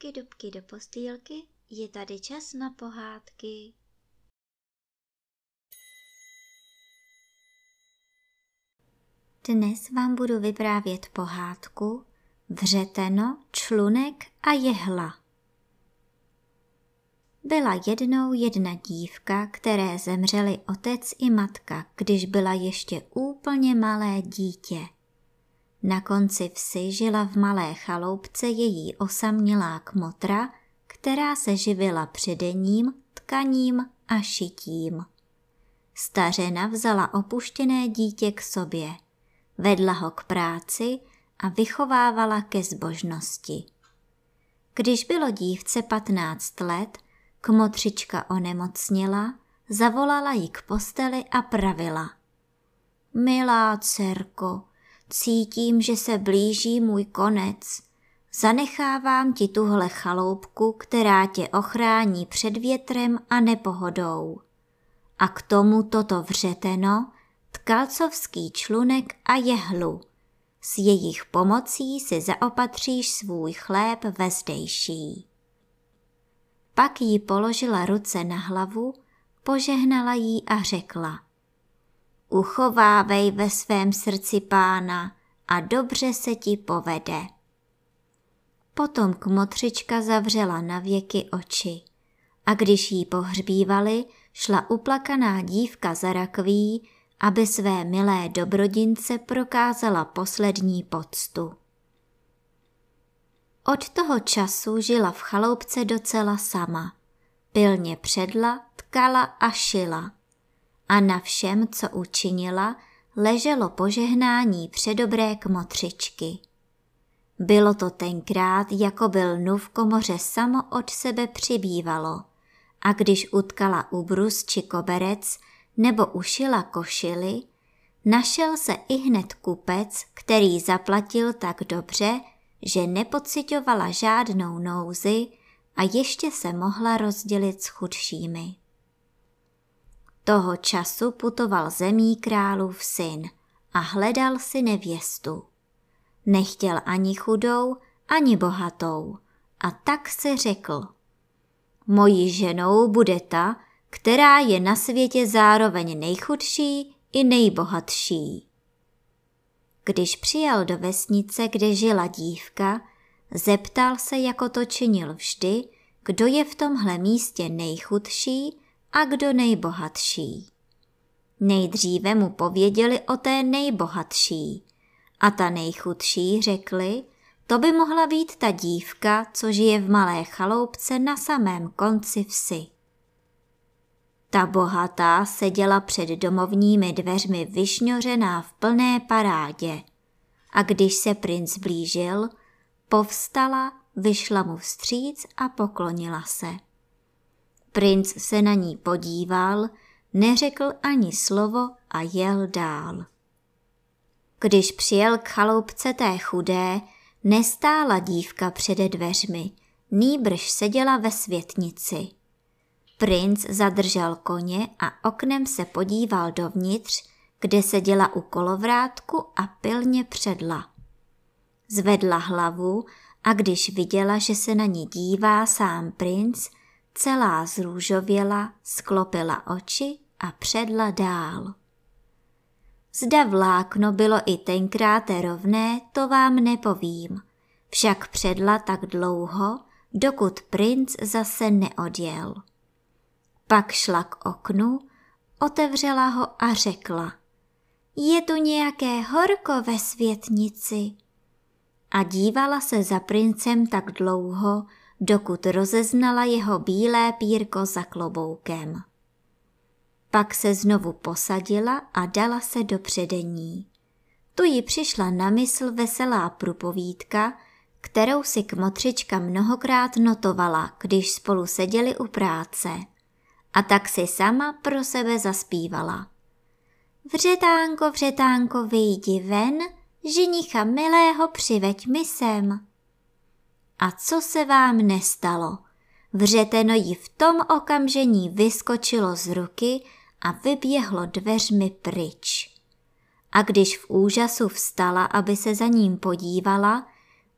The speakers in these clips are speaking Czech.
Dubky, dubky do postýlky, je tady čas na pohádky. Dnes vám budu vyprávět pohádku Vřeteno, člunek a jehla. Byla jednou jedna dívka, které zemřeli otec i matka, když byla ještě úplně malé dítě. Na konci vsi žila v malé chaloupce její osamělá kmotra, která se živila předením, tkaním a šitím. Stařena vzala opuštěné dítě k sobě, vedla ho k práci a vychovávala ke zbožnosti. Když bylo dívce 15 let, kmotřička onemocněla, zavolala ji k posteli a pravila. Milá dcerko, cítím, že se blíží můj konec. Zanechávám ti tuhle chaloupku, která tě ochrání před větrem a nepohodou. A k tomu toto vřeteno, tkalcovský člunek a jehlu. S jejich pomocí si zaopatříš svůj chléb ve zdejší. Pak jí položila ruce na hlavu, požehnala jí a řekla. Uchovávej ve svém srdci Pána a dobře se ti povede. Potom kmotřička zavřela navěky oči a když jí pohřbívali, šla uplakaná dívka za rakví, aby své milé dobrodince prokázala poslední poctu. Od toho času žila v chaloupce docela sama. Pilně předla, tkala a šila. A na všem, co učinila, leželo požehnání předobré kmotřičky. Bylo to tenkrát, jako by lnu v komoře samo od sebe přibývalo, a když utkala ubrus či koberec nebo ušila košili, našel se ihned kupec, který zaplatil tak dobře, že nepociťovala žádnou nouzi a ještě se mohla rozdělit s chudšími. Toho času putoval zemí králův syn a hledal si nevěstu. Nechtěl ani chudou, ani bohatou a tak si řekl. Mojí ženou bude ta, která je na světě zároveň nejchudší i nejbohatší. Když přijel do vesnice, kde žila dívka, zeptal se, jako to činil vždy, kdo je v tomhle místě nejchudší a kdo nejbohatší. Nejdříve mu pověděli o té nejbohatší a ta nejchudší řekli, to by mohla být ta dívka, co žije v malé chaloupce na samém konci vsi. Ta bohatá seděla před domovními dveřmi vyšňořená v plné parádě a když se princ blížil, povstala, vyšla mu vstříc a poklonila se. Princ se na ní podíval, neřekl ani slovo a jel dál. Když přijel k chaloupce té chudé, nestála dívka před dveřmi, nýbrž seděla ve světnici. Princ zadržel koně a oknem se podíval dovnitř, kde seděla u kolovrátku a pilně předla. Zvedla hlavu a když viděla, že se na ní dívá sám princ, celá zrůžověla, sklopila oči a předla dál. Zda vlákno bylo i tenkrát rovné, to vám nepovím, však předla tak dlouho, dokud princ zase neodjel. Pak šla k oknu, otevřela ho a řekla, je tu nějaké horko ve světnici. A dívala se za princem tak dlouho, dokud rozeznala jeho bílé pírko za kloboukem. Pak se znovu posadila a dala se do předení. Tu jí přišla na mysl veselá průpovídka, kterou si kmotřička mnohokrát notovala, když spolu seděli u práce. A tak si sama pro sebe zaspívala. Vřetánko, vřetánko, vyjdi ven, ženicha milého přiveď mi sem. A co se vám nestalo? Vřeteno jí v tom okamžení vyskočilo z ruky a vyběhlo dveřmi pryč. A když v úžasu vstala, aby se za ním podívala,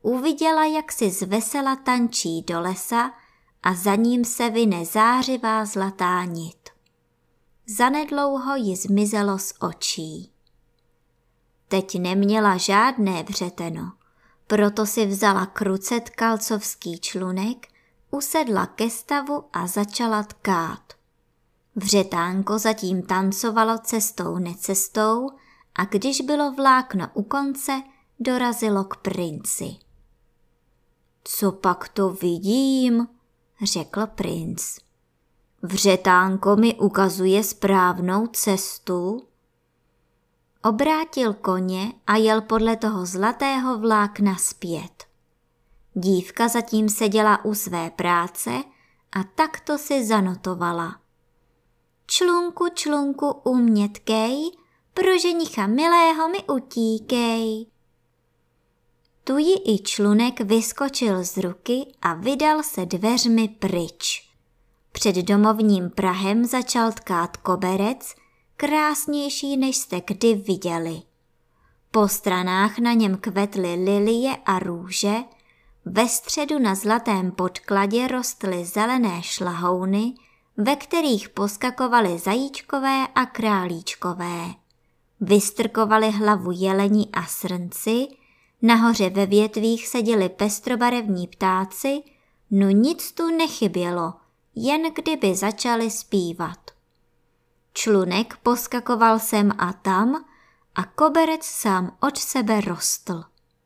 uviděla, jak si zvesela tančí do lesa a za ním se vyne zářivá zlatá nit. Zanedlouho ji zmizelo z očí. Teď neměla žádné vřeteno, proto si vzala kruce tkalcovský člunek, usedla ke stavu a začala tkát. Vřetánko zatím tancovalo cestou necestou a když bylo vlákno u konce, dorazilo k princi. Co pak to vidím, řekl princ. Vřetánko mi ukazuje správnou cestu. Obrátil koně a jel podle toho zlatého vlákna zpět. Dívka zatím seděla u své práce a takto si zanotovala. Člunku, člunku, u mě tkej, pro ženicha milého mi utíkej. Tu jí i člunek vyskočil z ruky a vydal se dveřmi pryč. Před domovním prahem začal tkát koberec, krásnější, než jste kdy viděli. Po stranách na něm kvetly lilie a růže, ve středu na zlatém podkladě rostly zelené šlahouny, ve kterých poskakovaly zajíčkové a králíčkové. Vystrkovali hlavu jeleni a srnci, nahoře ve větvích seděli pestrobarevní ptáci, no nic tu nechybělo, jen kdyby začali zpívat. Člunek poskakoval sem a tam a koberec sám od sebe rostl.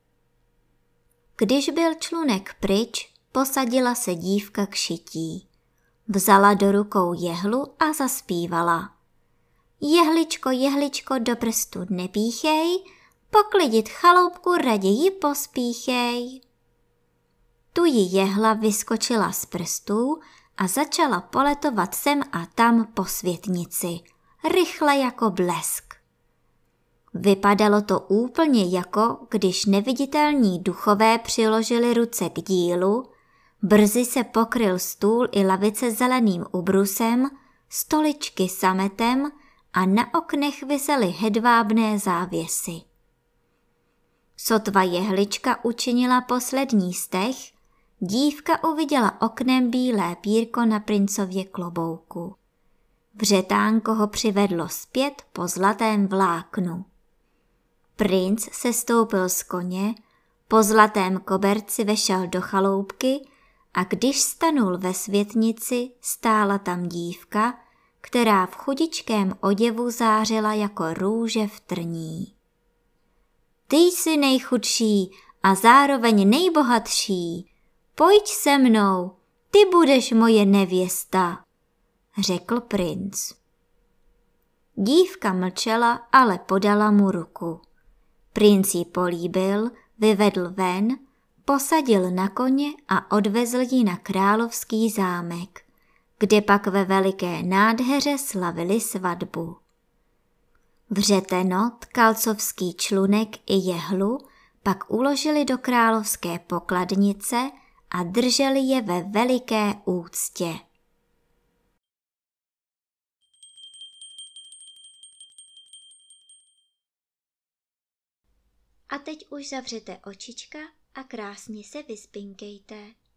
Když byl člunek pryč, posadila se dívka k šití. Vzala do rukou jehlu a zaspívala. Jehličko, jehličko, do prstu nepíchej, poklidit chaloupku raději pospíchej. Tu jí jehla vyskočila z prstů a začala poletovat sem a tam po světnici, rychle jako blesk. Vypadalo to úplně jako, když neviditelní duchové přiložili ruce k dílu, brzy se pokryl stůl i lavice zeleným ubrusem, stoličky sametem a na oknech visely hedvábné závěsy. Sotva jehlička učinila poslední steh, dívka uviděla oknem bílé pírko na princově klobouku. Vřetánko ho přivedlo zpět po zlatém vláknu. Princ se stoupil z koně, po zlatém koberci vešel do chaloupky a když stanul ve světnici, stála tam dívka, která v chudičkém oděvu zářila jako růže v trní. Ty jsi nejchudší a zároveň nejbohatší. Pojď se mnou, ty budeš moje nevěsta, řekl princ. Dívka mlčela, ale podala mu ruku. Princ ji políbil, vyvedl ven, posadil na koně a odvezl ji na královský zámek, kde pak ve veliké nádheře slavili svatbu. Vřeteno, tkalcovský člunek i jehlu pak uložili do královské pokladnice a drželi je ve veliké úctě. A teď už zavřete očička a krásně se vyspinkejte.